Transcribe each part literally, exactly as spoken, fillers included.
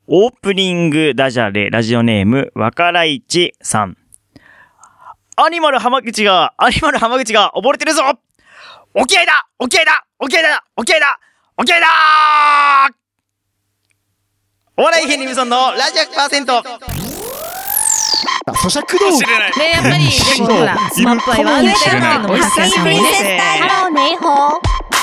オープニングダジャレラジオネームわからいちさん。アニマル浜口がアニマル浜口が溺れてるぞ。沖合だ沖合だ沖合だ沖合だ沖合だー。お笑い芸人無尊のラジオ ひゃくパーセント。 咀嚼道具ね、やっぱりでもほらスマップは言われてるっていうのもたくさんね。 ハローネイホー。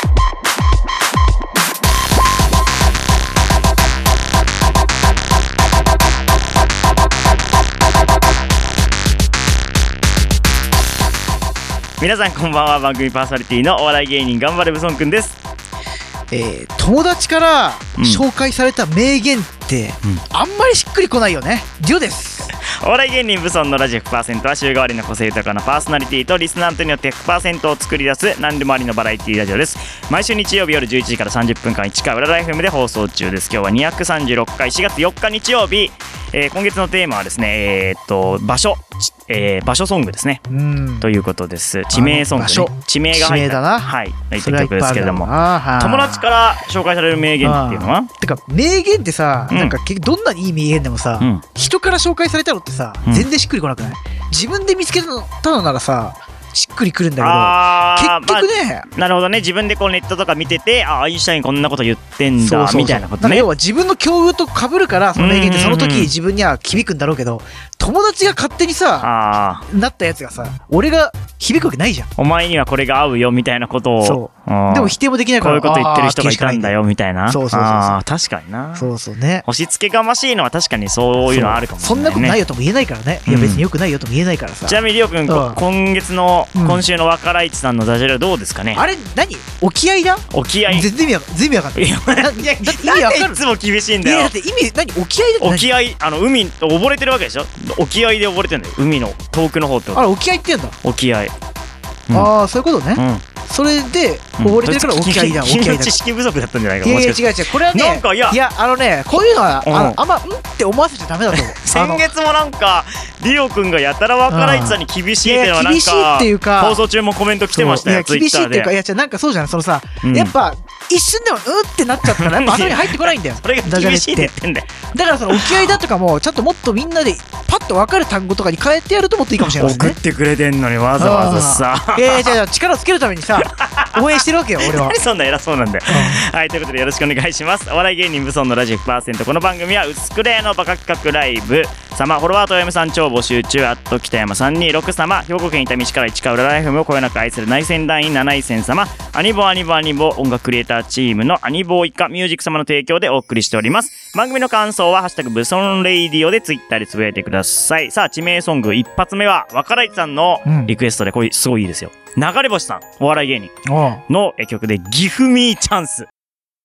皆さんこんばんは。番組パーソナリティのお笑い芸人頑張れブソンくんです。 えー、友達から紹介された名言って、うん、あんまりしっくりこないよね。デュオです。 お笑い芸人ブソンのラジオ ひゃくパーセント は週替わりの個性豊かなパーソナリティとリスナーとによって ひゃくパーセント を作り出す何でもありのバラエティラジオです。毎週日曜日夜じゅういちじからさんじゅっぷんかん市川裏ライフ エム で放送中です。今日はにひゃくさんじゅうろっかいしがつよっか日曜日、えー、今月のテーマはですね、えー、っと場所、えー、場所ソングですね。うんということです。地名ソング、ね、地名が入った、はい、入った曲ですけれども、友達から紹介される名言っていうのはてか名言ってさ、うん、なんかどんなにいい名言でもさ、うん、人から紹介されたのってさ、うん、全然しっくりこなくない？自分で見つけたのならさしっくりくるんだけど、結局ね、 まあ、なるほどね。自分でこうネットとか見てて、あ、アインシュタインこんなこと言ってんだ、そうそうそうみたいなことね。 要は自分の境遇と被るからその名言ってその時自分には響くんだろうけど、友達が勝手にさなったやつがさ、俺が響くわけないじゃん。 お前にはこれが合うよみたいなことを、 そうでも否定もできないから、 こういうこと言ってる人がいたんだよみたいな。 そうそうそうそう、 あ確かにな。 そうそうね。 押し付けがましいのは確かにそういうのあるかもしれないね。 そんなことないよとも言えないからね。いや別によくないよとも言えないからさ。 ちなみにりょうくん、今月の今週の若らいちさんのダジャレはどうですかね。 あれ何？沖合だ？ 沖合。 全然意味わかんない。いやだって意味わかる。 いつも厳しいんだよ。 いやだって意味何？沖合だって何？ 沖合、あの海溺れてるわけでしょ。沖合で溺れてるんだよ。海の遠くの方ってこと。 あれ沖合って言うんだ。 沖合。 うん、ああそういうことね、うん、それで溺れてるから沖合だ、 うん、沖合だ。知識不足だったんじゃないか。 いやいや違う違う、これはね、なんかいやいやあのね、こういうのは、うん、あのあんまうんって思わせちゃダメだと思う。 先月もなんかリオくんがやたら若らいちさんに厳しいっていうのはなんか、厳しいっていうか放送中もコメント来てましたよ。 いや厳しいっていうか、いやなんかそうじゃない、そのさ、うん、やっぱ一瞬でもうってなっちゃったらやっぱ頭に入ってこないんだよ。 それが厳しいって言ってんだよ。 だからその沖合だとかもちゃんともっとみんなでパッと分かる単語とかに変えてやるともっといいかもしれないですね。 送ってくれてんのにわざわざさ。 いやいやじゃあ力をつけるためにさ応援してるわけよ俺は。 何そんな偉そうなんだよ。はい、ということでよろしくお願いします。お笑い芸人ブソンのラジオ ひゃくパーセント。 この番組は薄くれのバカ企画ライブ様、フォロワーとお嫁さん超募集中、あと北山さんにじゅうろく様、兵庫県伊丹市から市川浦ライフをこよなく愛する内戦団員なないせん様、アニボアニボアニボ音楽クリエイターチームのアニボーイカミュージック様の提供でお送りしております。番組の感想はハッシュタグブソンレイディオでツイッターでつぶやいてください。さあ地名ソング一発目は若らいちさんのリクエストで、これすごいいいですよ。流れ星さん、お笑い芸人の曲でギフミーチャンス。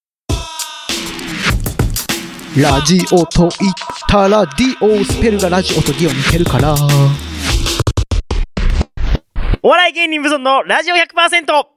ラジオと言ったらディオ、スペルがラジオとディオ似てるから。 お笑い芸人ブソンのラジオ ひゃくパーセント。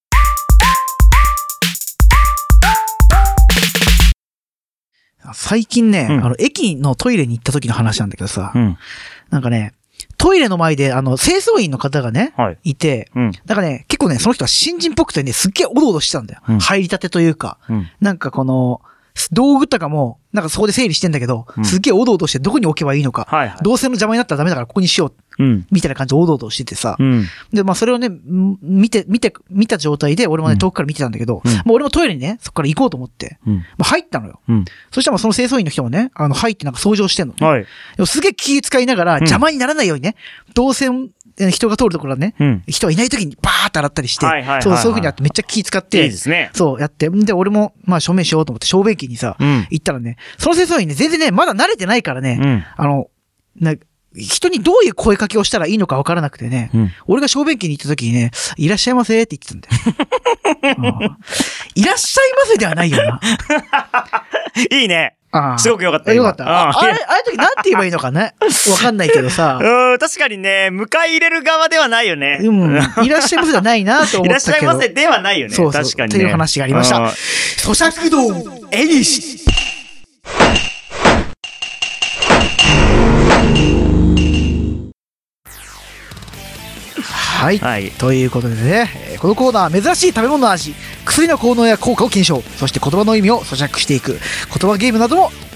最近ね、うん、あの駅のトイレに行った時の話なんだけどさ、うん、なんかねトイレの前であの清掃員の方がね、はい、いて、うん、なんかね結構ねその人は新人っぽくてねすっげえおどおどしてたんだよ、うん、入りたてというか、うん、なんかこの道具とかもなんかそこで整理してんだけど、うん、すっげえおどおどしてどこに置けばいいのか、はいはい、動線の邪魔になったらダメだからここにしよう、うん、みたいな感じでおどおどしててさ、うん、でまあそれをね見て見て見た状態で俺もね遠くから見てたんだけど、うん、もう俺もトイレにねそこから行こうと思って、うん、まあ、入ったのよ、うん、そしたらその清掃員の人もねあの入ってなんか掃除をしてんのね、はい、でもすげえ気使いながら邪魔にならないようにね、うん、動線人が通るところはね、うん、人がいない時にバーって洗ったりして、はいはいはいはい、そう、そういう風にやってめっちゃ気使って、 いいですね。 そうやって、で、俺も、まあ、署名しようと思って、小便器にさ、うん、行ったらね、その清掃員ね、全然ね、まだ慣れてないからね、うん、あの、な、人にどういう声かけをしたらいいのか分からなくてね、うん、俺が小便器に行った時にね、いらっしゃいませって言ってたんだよ。うん、いらっしゃいませではないよな。 いいね。ああすごくよかった。 よかった。あ, あれ、ああいう時なんて言えばいいのかね。わかんないけどさ。 うん、確かにね、迎え入れる側ではないよね。 うん。いらっしゃいませではないなと思ったけど。 いらっしゃいませではないよね。 そうそう確かにね。 という話がありました。咀嚼道エニシ。はい、はい、ということでね、このコーナーは珍しい食べ物の味、薬の効能や効果を検証、そして言葉の意味を咀嚼していく言葉ゲームなども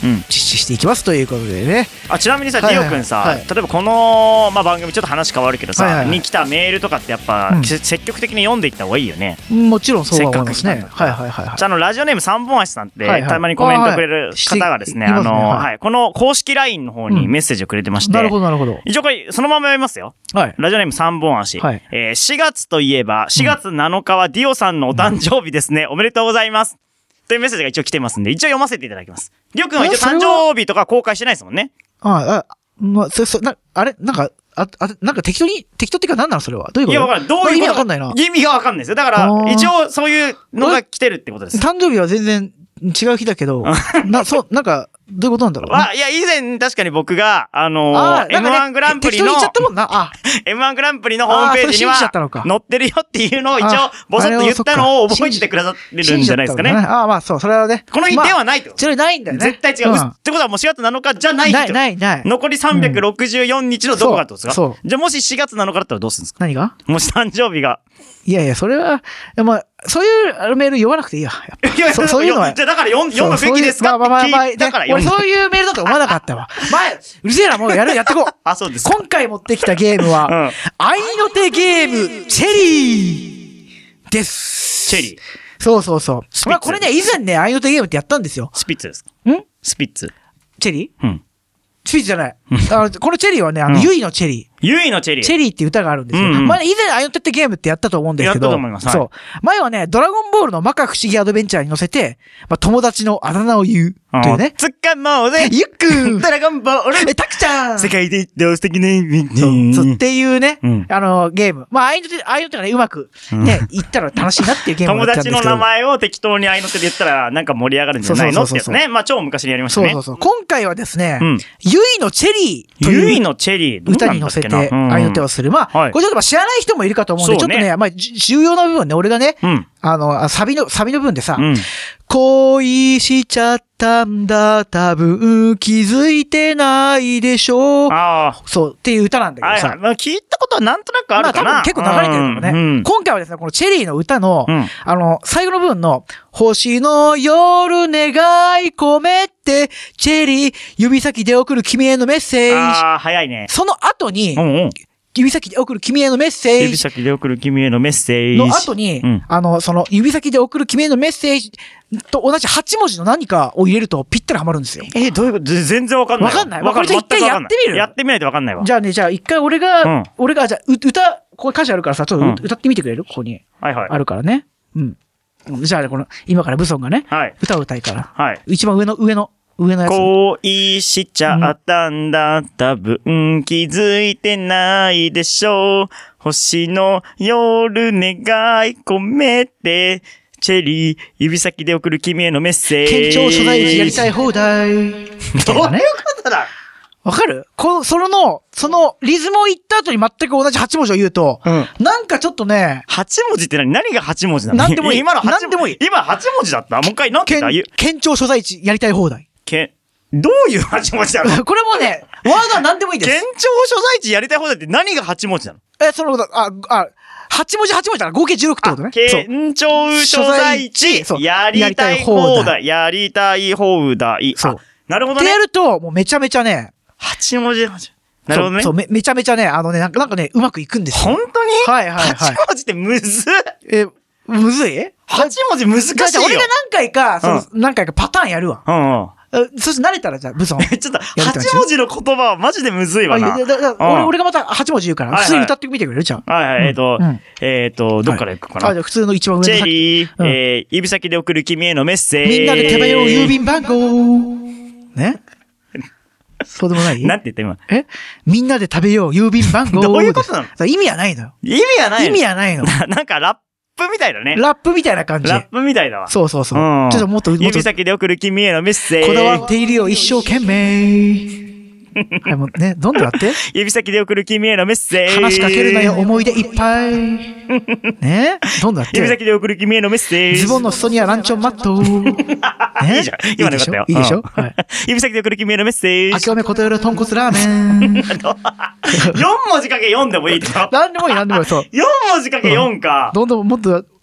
実施していきますということでね。 あ、ちなみにさ、 はいはいディオ君さ、 はい例えばこの、まあ、番組ちょっと話変わるけどさ、 はいはいはいに来たメールとかってやっぱ、 うんせ積極的に読んでいった方がいいよね。 もちろんそうは思いますね。 せっかく来たんだからはいはいはいはい。 じゃあ、あの、ラジオネーム三本足さんって、 はいはいたまにコメントくれる方がですね、 あはいあの、 していますねはいはい、この公式 ライン の方にうんメッセージをくれてまして、 なるほどなるほど。 一応これ、そのまま読みますよ。 はい。 ラジオネーム三本足。 はいえー、しがつといえば、しがつなのかはディオさんのお誕生日ですね。おめでとうございます。というメッセージが一応来てますんで、一応読ませていただきます。ディオ君は一応誕生日とか公開してないですもんね。 ああ、まあ、そ、そ、な、あれなんか、あ、あ、なんか適当に、適当っていうか何なのそれは。どういうこと？ いや、わかんない。どういうこと意味わかんないな。 意味がわかんないですよ。だかあら、 ー一応そういうのが来てるってことです。 誕生日は全然違う日だけど、な、そう、なんか、どういうことなんだろうな。 あ、いや、以前確かに僕が、あのー、 あーなんかねエムワン グランプリの、 適当に言っちゃったもんな。あ、 エムワン グランプリのホームページにはあーそれ信じちゃったのか載ってるよっていうのを一応あ、 ボソッと言ったのをあれをそっか覚えててくださってるんじゃないですかね。 ああ、まあそう、それはね。 この日ではないってこと。 それないんだよね。 絶対違う。 んってことはもうしがつなのかじゃない人。 ない、ない、ない。 残りさんびゃくろくじゅうよっかのどこかってことですか？ そうそうじゃあもししがつなのかだったらどうするんですか？ 何がもし誕生日が。 いやいや、それは、いやまあ、そういうメール読まなくていいや。やっぱいやいやそそういうのは。 じゃあだから読ん読むべきですかってそうそういうまあまあまあ聞いたからね俺読む。 そういうメールだと思わなかったわ。前、うるせえな、もうやる、やってこう。 あ、そうですか。 今回持ってきたゲームは、 うん愛の手ゲーム、チェリーです。 チェリー。 そうそうそう。 スピッツまあこれね、以前ね、愛の手ゲームってやったんですよ。 スピッツですか？ んスピッツ。 チェリーうん。 スピッツじゃない。あの、このチェリーはね、あの、 うんゆいのチェリー。 ゆいのチェリー。 チェリーっていう歌があるんですよ。 うんうんまあ、以前、あよってってゲームってやったと思うんですけど。 やったと思いますはいそう。前はね、ドラゴンボールの摩訶不思議アドベンチャーに乗せて、まあ、友達のあだ名を言う。というね。 つかもうぜ。 ゆっくんドラゴンボール。 え、たくちゃん世界で一等素敵な意味そうそうっていうね、 うんあの、ゲーム。まあ、ああいうのって、ああいうのってね、うまく、ね、言ったら楽しいなっていうゲームを友やってたんですけど。 達の名前を適当に合いの手で言ったらなんか盛り上がるんじゃないのってやつね。まあ超昔にやりましたね。 そうそうそう。今回はですね、 うんゆいのチェリーというゆいのチェリー。 歌に乗せて、あいの手をする。まあ、 はいこれちょっとまあ知らない人もいるかと思うんで、ちょそうねっとね、まあ、じ重要な部分ね、俺がね、 うん。 あの、あサビの、サビの部分でさ、 うん。 恋しちゃったんだ、多分気づいてないでしょう。 ああ。 そう、っていう歌なんだけどさ。 はいはい。まあ聞いたことはなんとなくあるかな。 まあ多分結構流れてるからね。 うん。 今回はですね、このチェリーの歌の、 うんあの、最後の部分の、星の夜願い込めて、チェリー、指先で送る君へのメッセージ。 ああ、早いね。 その後に、 うんうん。 指先で送る君へのメッセー指ジ先で送る君へのメッセージ。 の後に、 うんあの、その、指先で送る君へのメッセージと同じはち文字の何かを入れるとぴったりはまるんですよ。 え、どういうことぜ全然わかんない。 わかんないわかんない。 これじゃあ一回全くわかんないやってみるやってみないとわかんないわ。 じゃあね、じゃあ一回俺が、 うん俺が、じゃあ、う歌、これ歌詞あるからさ、ちょっとう、 うん歌ってみてくれるここに。 はいはい。 あるからね。うん。じゃあね、この、今からブソンがね、 はい。 歌を歌いから。 はい。 一番上の、上の、上のやつ。 恋しちゃったんだ、多分気づいてないでしょう。星の夜願い込めて、チェリー、指先で送る君へのメッセージ。 県庁所在地やりたい放題。 どういうことだわかるこの、その、その、リズムを言った後に全く同じはち文字を言うと、 うん。 なんかちょっとね、 はち文字って何何がはち文字なのなんでもいい今のはちなんでもいい今はち文字だったもう一回なんて言県った、 県庁所在地やりたい放題。 け、どういうはち文字だろうこれもね、ワードは何でもいいで県す。 庁所在地やりたい方だって何がはち文字なのえ、その、あ、あ、はち文字はち文字だから合計じゅうろくってことね。そう。 県庁所在地そう、 やりたい放題、やりたい放題。 そうあなるほどねってや。ると、もうめちゃめちゃね、 はち文字、はちなるほどね。 そう、そうめ、めちゃめちゃね、あのね、なんか、なんかね、うまくいくんですよ。 本当にはいはいはいはち文字ってむずっえ、むずいはち文字難しいよ。 じゃあ俺が何回か、その、何回かパターンやるわ。 うんうん。 えそして慣れたらじゃあ、ブソン。 ちょっと、 やりはたいち文字の言葉はマジでむずいわな。 あいやだだうん俺俺がまたはち文字言うから、 はいはい普通に歌ってみてくれるじゃん。 はいはい、えっとうん、 えっと、どっから行くかあ、 な。 じゃあ普通の一番上チェのさっきリー、 うんえー、指先で送る君へのメッセージ。 みんなで手早う郵便番号。ねそうでもないなんて言った今。 えみんなで食べよう郵便番号。 どういうことなのだから意味はないのよ。 意味はない意味はないの。 ななんかラップみたいだね。 ラップみたいな感じ。 ラップみたいだわ。 そうそうそう。 うんちょっともっと、もっと指先で送る君へのメッセージ。 こだわっているよ、一生懸命。はい、もうね、どんどんやって。 指先で送る君へのメッセージ。 話しかけるなよ、思い出いっぱい。ねどんどんやって。 指先で送る君へのメッセージ。 ズボンの裾にはランチョンマット。ねいいじゃん。今のよかったよ。 いいでしょいいでしょうんはい。 指先で送る君へのメッセージ。 明けおめことよろ豚骨ラーメン。 よん文字かけよんでもいいってことなんでもいい、なんでもいい、そう。 よん 文字かけよんか。 どんどんもっと、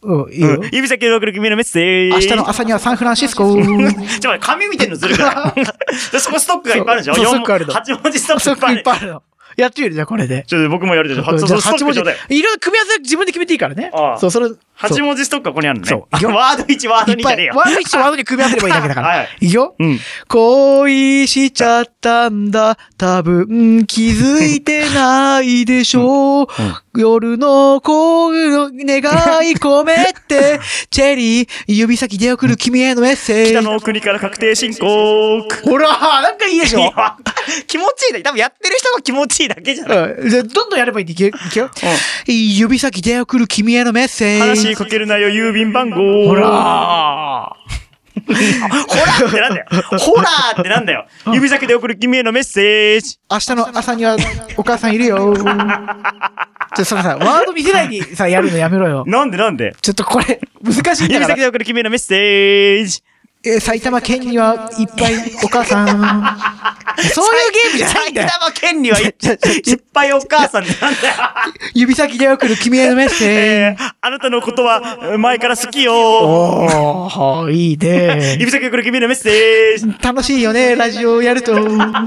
うん、いいよ。 指先で送る君へのメッセージ。 明日の朝にはサンフランシスコ。ちょっと待って、紙見てんのずるくない？そこストックがいっぱいあるでしょ？ そう、ストックあるの。 はち文字ストックストックいっぱいあるの。やってみるじゃん、これで。 ちょっと僕もやるでしょ。はち文字。いろいろ組み合わせ自分で決めていいからね。 ああそう、それ。 はち文字ストックがここにあるのね。 そう。 ワードいち、ワードにじゃねえよ。 ワードいち、ワードに組み合わせればいいだけだから。 はい。 いくよ。 うん。 恋しちゃったんだ。多分気づいてないでしょう。夜の恋の願い込めて、チェリー、指先で送る君へのメッセージ。 北の国から確定申告。 ほら、なんかいいでしょ。 気持ちいいだ。多分やってる人が気持ちいいだけじゃない。 うん。じゃどんどんやればいいんでいけよ。指先で送る君へのメッセージ。 話しかけるなよ、郵便番号。 ほらほらってなんだよ。ほらってなんだよ。指先で送る君へのメッセージ。 明日の朝にはお母さんいるよ。ちょっとそのさ、ワード見せないでさ、やるのやめろよ。 なんでなんでちょっとこれ、難しいんだから。 指先で送る君へのメッセージ。 えー、埼玉県にはいっぱいお母さん。そういうゲームじゃないんだよ。 埼玉県にはいっぱいお母さんってなんだよ。 指先で送る君へのメッセージ。 えー、あなたのことは前から好きよ。 おー、いいね。 指先で送る君へのメッセージ。 楽しいよね、ラジオやると。ちょっと、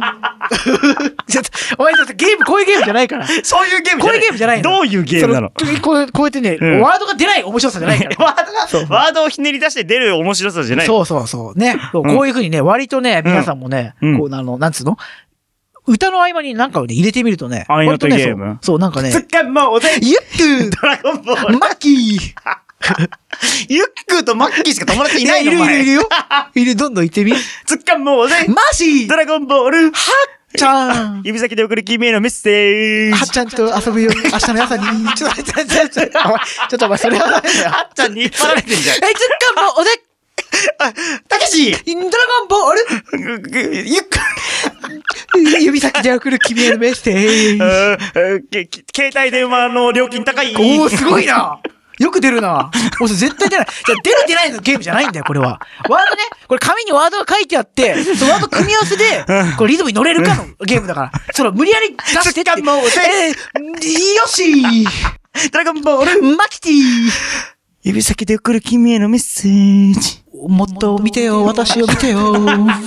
お前ちょっとゲーム、こういうゲームじゃないから。 そういうゲームじゃない。 こういうゲームじゃないの。 どういうゲームなの？ こう、こうやってね、うん、ワードが出ない面白さじゃないから。 ワードが、ワードをひねり出して出る面白さじゃない。 そうそうそう。ね。こういうふうにね、割とね、皆さんもね、 うん、 こう、あの、なんつうの歌の合間になんかをね、入れてみるとね。 あいのとゲーム。 そう、なんかね。 つっかもうぜユックドラゴンボールマッキーユックとマッキーしか友達いないの？ いるいるいるよ。いる、どんどん言ってみ。 つっかもうぜマシードラゴンボールはっちゃん指先で送る君へのメッセージ。 はっちゃんと遊ぶよ。明日の朝に。ちょっと、ちょっと、ちょっと、ちょっとお前それは。はっちゃんに引っ張られてんじゃん。 え、つっかもうぜたけしドラゴンボールゆっく指先で送る君へのメッセージ。携帯電話の料金高い。 おー、すごいな。よく出るな。もう絶対出ない。じゃ出る出ないのゲームじゃないんだよ、これは。ワードね、これ紙にワードが書いてあって、そのワード組み合わせで、これリズムに乗れるかのゲームだから。その無理やり出してって。もう、えー、よしドラゴンボールマキティ指先で送る君へのメッセージ。 もっと見てよ、私を見てよ。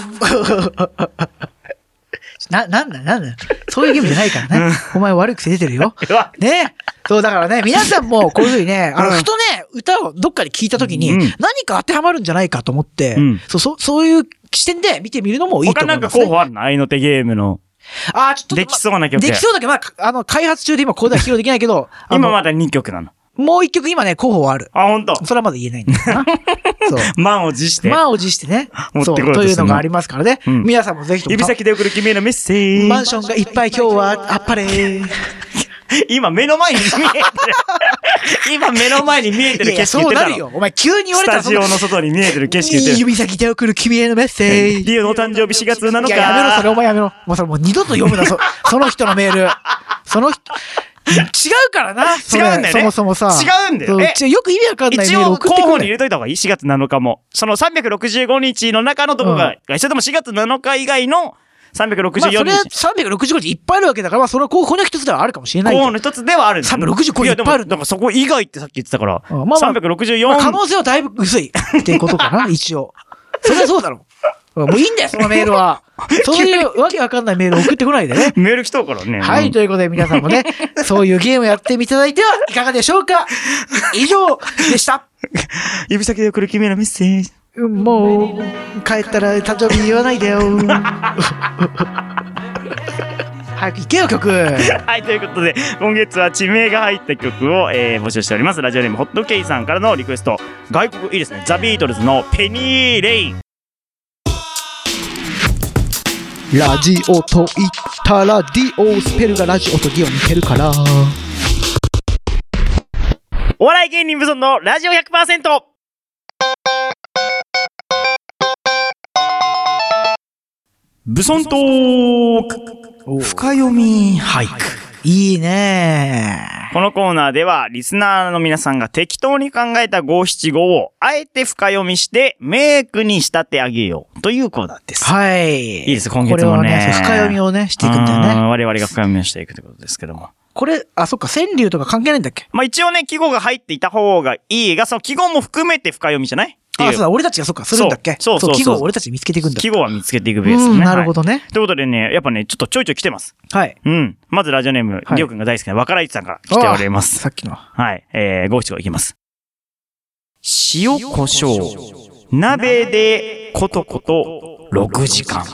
な、なんだ、なんだ。そういうゲームじゃないからね。うん、お前悪い癖出てるよ。ね。そう、だからね、皆さんもこういうふうにね、あの、ふとね、歌をどっかで聞いたときに、何か当てはまるんじゃないかと思って、うん、そう、そう、そういう視点で見てみるのもいいと思います、ね。 他なんか候補あるの？合いの手ゲームの。 ああ、ちょっと。 できそうな曲。 できそうだけど、まあ、あの、開発中で今ここでは披露できないけど。 今まだにきょくなの。 もう一曲今ね、候補はある。 あ、ほんと？ それはまだ言えないんだよな。そう。 満を持して。 満を持してね。 持ってこようというのがありますからね。うん、皆さんもぜひとも。 指先で送る君へのメッセージ。 マンションがいっぱい今日はあっぱれ。 今目の前に見えてる。今目の前に見えてる景色言ってたの。 いや、そうなるよ。お前急に言われたら。 スタジオの外に見えてる景色言ってる。 指先で送る君へのメッセージ。 リオの誕生日しがつなのか。 いや、やめろ、それお前やめろ。もうそれもう二度と読むな、そ、その人のメール。その人。違うからな。 違うんだよね。 そもそもさ。 違うんだよね。 よく意味わかんないメール送ってくれ。 一応候補に入れといた方がいい。しがつなのかも。そのさんびゃくろくじゅうごにちの中のとこが、それともしがつなのか以外のさんびゃくろくじゅうよにち。 まあ、それさんびゃくろくじゅうごにちいっぱいあるわけだから、まあ、その候補の一つではあるかもしれない。 候補の一つではあるんだ。 さんびゃくろくじゅうごいっぱいある。 だからそこ以外ってさっき言ってたから。 まあまあ、 さんびゃくろくじゅうよん。 まあ、可能性はだいぶ薄い。っていうことかな、一応。それはそうだろう。もういいんだよ、そのメールは。そういうわけわかんないメール送ってこないでね。 メール来たからね。 はい、ということで皆さんもね、そういうゲームやってみていただいてはいかがでしょうか。以上でした。 指先で送る君へのメッセージ。 もう、帰ったら誕生日言わないでよ。早く行けよ、曲。 はい、ということで、今月は地名が入った曲を、えー、募集しております。ラジオネームホットケイさんからのリクエスト。外国いいですね。ザ・ビートルズのペニー・レイン。 ラジオと言ったらディオ、スペルがラジオとディオ似てるから。 お笑い芸人無尊のラジオ ひゃくパーセント。ブソントーク深読み俳句。 いいねー。このコーナーではリスナーの皆さんが適当に考えた五七五をあえて深読みして名句に仕立て上げようというコーナーです。 はい。 いいです、今月もね。 これはね、深読みをね、していくんだよね。 我々が深読みをしていくということですけども。 これ、あ、そっか、川柳とか関係ないんだっけ？ まあ一応ね、季語が入っていた方がいいが、その季語も含めて深読みじゃないっていう。 あ、そうだ、俺たちがそっか、するんだっけ？ そうそうそう。 季語を俺たち見つけていくんだ。 季語は見つけていくべきですね。 なるほどね。 ということでね、やっぱね、ちょっとちょいちょい来てます。 はい。 うん。まずラジオネーム、りょうくんが大好きな若らいちさんから来ております。 さっきの。 はい。えー、ご七五いきます。塩胡椒、鍋でことことろくじかん。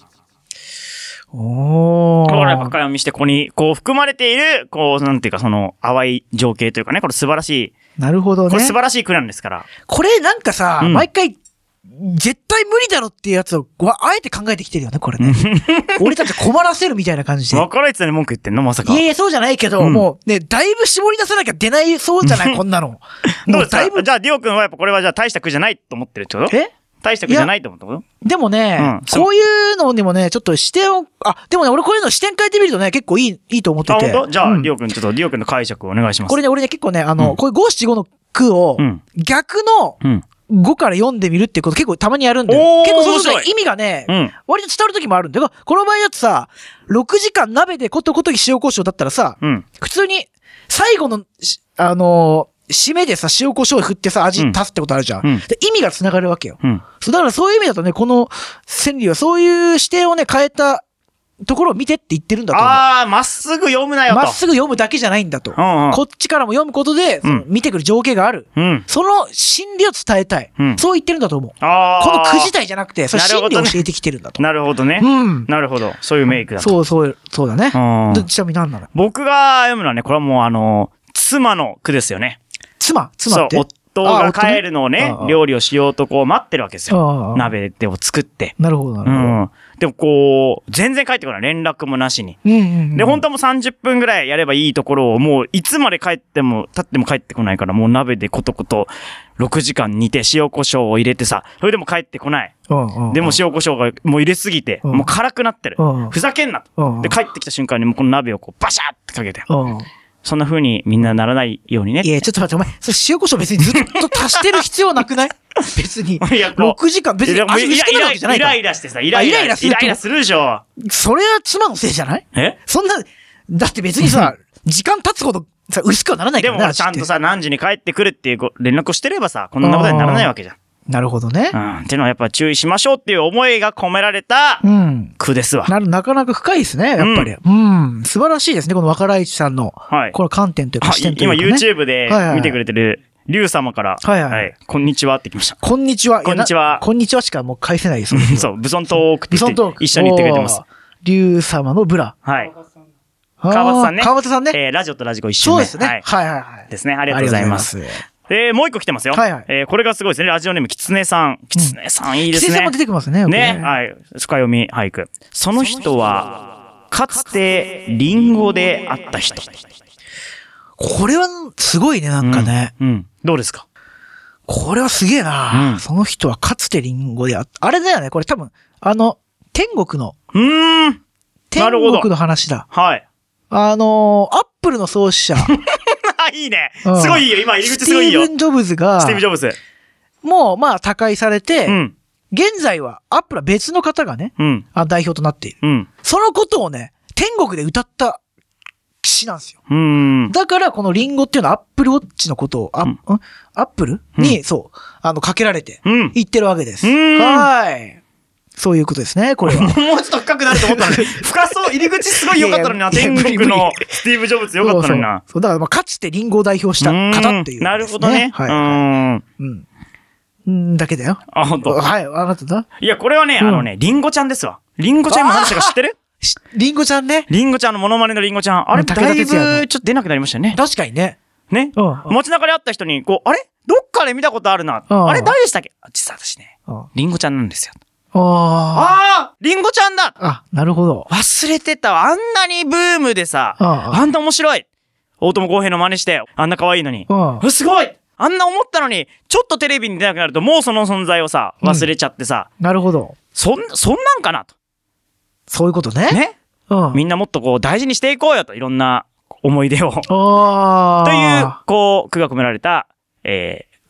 おー。 これ、深読みして、ここに、こう、含まれている、こう、なんていうか、その、淡い情景というかね、これ素晴らしい。 なるほどね。 これ素晴らしい句なんですから。 これ、なんかさ、 うん、 毎回、絶対無理だろっていうやつを、あえて考えてきてるよね、これね。俺たち困らせるみたいな感じで。 若らいつに文句言ってんのまさか。 いやいや、そうじゃないけど、うん、もう、ね、だいぶ絞り出さなきゃ出ないそうじゃない、こんなの。 どうですか？じゃあ、りょうくんはやっぱこれはじゃあ大した句じゃないと思ってるってこと？え大した句じゃないと思ったこと？ でもね、うん、こういうのにもね、ちょっと視点を、あ、でもね、俺こういうの視点変えてみるとね、結構いい、いいと思ってて。 あ、本当？じゃあ、りょうくん、ちょっとりょうくんの解釈をお願いします。 これね、俺ね、結構ね、あの、うん、こういう五七五の句を、逆の、ごから読んでみるっていうこと結構たまにやるんだよ。結構そうすると意味がね、うん、割と伝わる時もあるんだよ。この場合だとさ、ろくじかん鍋でことことき塩胡椒だったらさ、うん、普通に最後の、あのー、締めでさ、塩胡椒振ってさ、味足すってことあるじゃん。うん、で意味が繋がるわけよ。うん、そうだからそういう意味だとね、この川柳はそういう視点をね、変えたところを見てって言ってるんだと思う。 ああ、まっすぐ読むなよと。 まっすぐ読むだけじゃないんだと。 うんうん、 こっちからも読むことで、その見てくる情景がある。うん、その心理を伝えたい。うん、そう言ってるんだと思う。あこの句自体じゃなくて、その心理を教えてきてるんだと。 なるほどね。うん、なるほど。そういうメイクだと。 そうそう、そうだね。うん、ちなみに何なの？ 僕が読むのはね、これはもうあの、妻の句ですよね。 妻妻って？ そう、夫が帰るのをね、料理をしようとこう待ってるわけですよ。鍋でを作って。 なるほど、なるほど。うんでもこう、全然帰ってこない。連絡もなしに。うんうんうん、で、本当はもうさんじゅっぷんぐらいやればいいところを、もういつまで帰っても、経っても帰ってこないから、もう鍋でコトコトろくじかん煮て塩胡椒を入れてさ、それでも帰ってこない。うんうんうん、でも塩胡椒がもう入れすぎて、うん、もう辛くなってる。うん、ふざけんなと、うん。で、帰ってきた瞬間にもうこの鍋をこうバシャーってかけて。うんそんな風にみんなならないようにね。 いや、ちょっと待って、お前、それ塩胡椒別にずっと足してる必要なくない別に。いや、ろくじかん、別に味薄くなるわけじゃないから。 イライラしてさ、イライラ、イライラする。イライラするでしょ。 それは妻のせいじゃないえそんな、だって別にさ、時間経つほどさ、薄くはならないからね。 でもちゃんとさ、何時に帰ってくるっていう連絡をしてればさ、こんなことにならないわけじゃん。 なるほどね。 うん。っていうのはやっぱ注意しましょうっていう思いが込められた句ですわ。 うん、な, なかなか深いですね、やっぱり。うん。うん、素晴らしいですね、この若らいちさんの。はい。この観点というか視点というか、ね。 今 YouTube で見てくれてるリュウ様から、はいはい、はい。こんにちはってきました。 こんにちは。 こんにちは。 こんにちはしかもう返せないです。 そう、ブソントークって言って一緒に言ってくれてます。 リュウ様のブラ。 はい。川端さんね。 川端さんね。 えー、ラジオとラジコ一緒に。 そうですね。はい、はい、はいはい。 ですね。ありがとうございます。えー、もう一個来てますよ。はいはい。えー、これがすごいですね。ラジオネーム、きつねさん。きつねさん、いいですね。きつねさんも出てきますね。 ね。はい。深読み俳句。その人は、かつて、リンゴで会った人。 これは、すごいね、なんかね。 うん。うん、どうですか？ これはすげえな、うん、その人はかつてリンゴで会った。あれだよね、これ多分、あの、天国の。 うーん。 天国の話だ。 はい。 あのー、アップルの創始者。 いいね。すごいいいよ。今、入り口すごいいいよ。 スティーブン・ジョブズが、 スティーブ・ジョブズ。 もう、まあ、他界されて、うん、現在は、アップルは別の方がね、うん、あ代表となっている、うん。そのことをね、天国で歌った詩なんですよ。 うんだから、このリンゴっていうのは、アップルウォッチのことを、あ、うん、アップルに、うん、そう、あの、かけられて、言ってるわけです。はい。そういうことですね、これは。 もうちょっと深くなると思ったのに。深そう、入り口すごい良かったのにな。天国のスティーブ・ジョブズ良かったのにな。 そうそう、だからまあ、かつてリンゴを代表した方っていう、ね。 なるほどね。 はい。うん。うん。だけだよ。 あ、本当。 はい、あなただ。 いや、これはね、あのね、リンゴちゃんですわ。リンゴちゃん今何したか知ってる？ リンゴちゃんね。 リンゴちゃんのモノマネのリンゴちゃん。あれ、だいぶちょっと出なくなりましたよね。 確かにね。 ね。街中で会った人に、こう、あれどっかで見たことあるな。あれ誰でしたっけ？実は私ね、リンゴちゃんなんですよ。 ああリンゴちゃんだあ、なるほど。 忘れてたわ。あんなにブームでさ、あ, あんな面白い大友康平の真似して、あんな可愛いのに。すごいあんな思ったのに、ちょっとテレビに出なくなると、もうその存在をさ、忘れちゃってさ。 うん、なるほど。 そん、そんなんかなと。 そういうことね。 ね、うん、みんなもっとこう大事にしていこうよと。いろんな思い出を。 あという、こう、句が込められた、えー、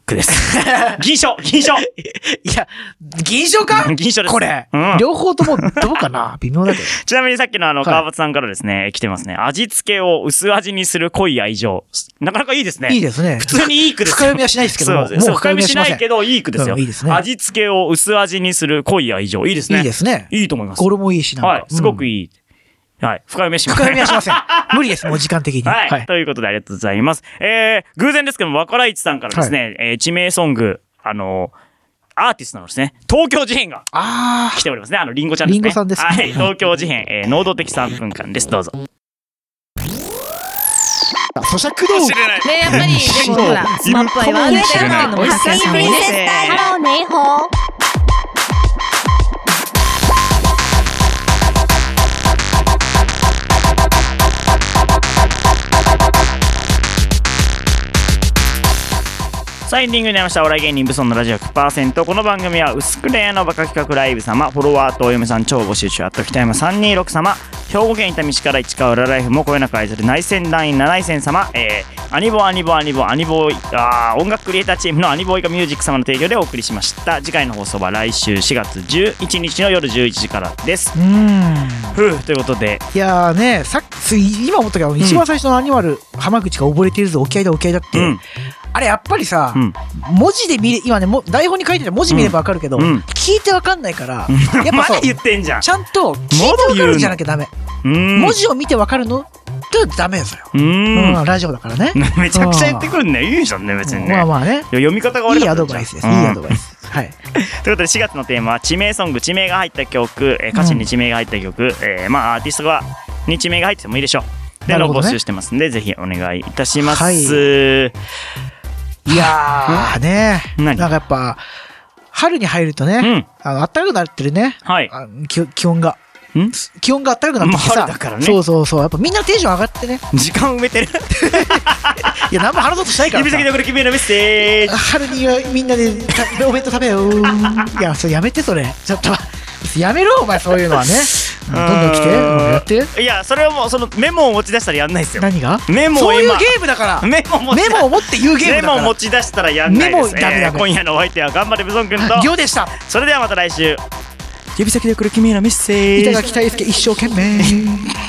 クです。銀賞銀賞いや、銀賞か銀賞です。 これ、うん、両方ともどうかな微妙だけど。 ちなみにさっきのあの、川端さんからですね、はい、来てますね。味付けを薄味にする濃い愛情。なかなかいいですね。 いいですね。 普通にいい句です。 深読みはしないですけども。 そう、もう深読みしないけど、いい句ですよ。 うん、いいですね。 味付けを薄味にする濃い愛情。いいですね。 いいですね。 いいと思います。 これもいいしなんか。 はい。すごくいい。うん、はい。深読みしません。 深読みはしません。無理です、もう時間的に。 はい。はい、ということでありがとうございます。えー、偶然ですけども、若来一さんからですね、はい、えー、地名ソング、あのー、アーティストのですね、東京事変が来ておりますね。あの、リンゴちゃんですね。 リンゴさんですね。 はい。東京事変、えー、能動的さんぷんかんです。どうぞ。 咀嚼道具。 ね、やっぱり、でもほら、スマップ愛はあるんだよっていうのも発散されて。 ハローネイホー。 さあエンディングになりました。お笑い芸人ブソンのラジオ ひゃくパーセント。この番組は薄くれやのバカ企画ライブ様、フォロワーとお嫁さん超募集中、あと北山さんにーろく様、兵庫県伊丹市から市川浦ライフもこよなく愛する内戦団員なないせん様、えー、アニボアニボアニボアニボあ音楽クリエイターチームのアニボイカミュージック様の提供でお送りしました。次回の放送は来週しがつじゅういちにちの夜じゅういちじからです。うーんふうということで、 いやーね、さっき今思ったけど、うん、一番最初のアニマル浜口が溺れているぞ、沖合だ沖合だって、うん、あれやっぱりさ、うん、文字で見れ、今ねも台本に書いてて文字見ればわかるけど、うん、聞いてわかんないから、うん、やっぱそう言ってんじゃん。 ちゃんと聞いてわかるんじゃなきゃダメ。文字を見てわかるのってダメですよ。うん、うん、ラジオだからね。 めちゃくちゃ言ってくるね。いいじゃんね別にね。 まあまあね。 読み方が悪い。 いいアドバイスです。いいアドバイス。はい。 ということでしがつのテーマは地名ソング、地名が入った曲、歌詞に地名が入った曲、うん、えー、まあアーティストがに地名が入っててもいいでしょう。での募集してますんで、ぜひお願いいたします。はい、 いやーね、なんかやっぱ春に入るとね、うん、あの暖かくなってるね。はい。あ気気温が。ん気温が暖かくなってきてさ、 だからね、 そうそうそう、やっぱみんなテンション上がってね、 時間埋めてるいや何も話そうとしないからさ、 指先でこれ君へのメッセージ、 春にはみんなでお弁当食べよういやそれやめて、それちょっとやめろお前、そういうのはねどんどん来てやって。 いやそれはもうそのメモを持ち出したらやんないですよ。 何がメモをそういうゲームだから、 メモをメモを持って言うゲームだから、 メモを持ち出したらやんないです。 メモダメダメ、 えー、今夜のお相手は頑張れブソン君とリョウでした。 それではまた来週。指先でこれ君へのメッセージ、 板垣大輔一生懸命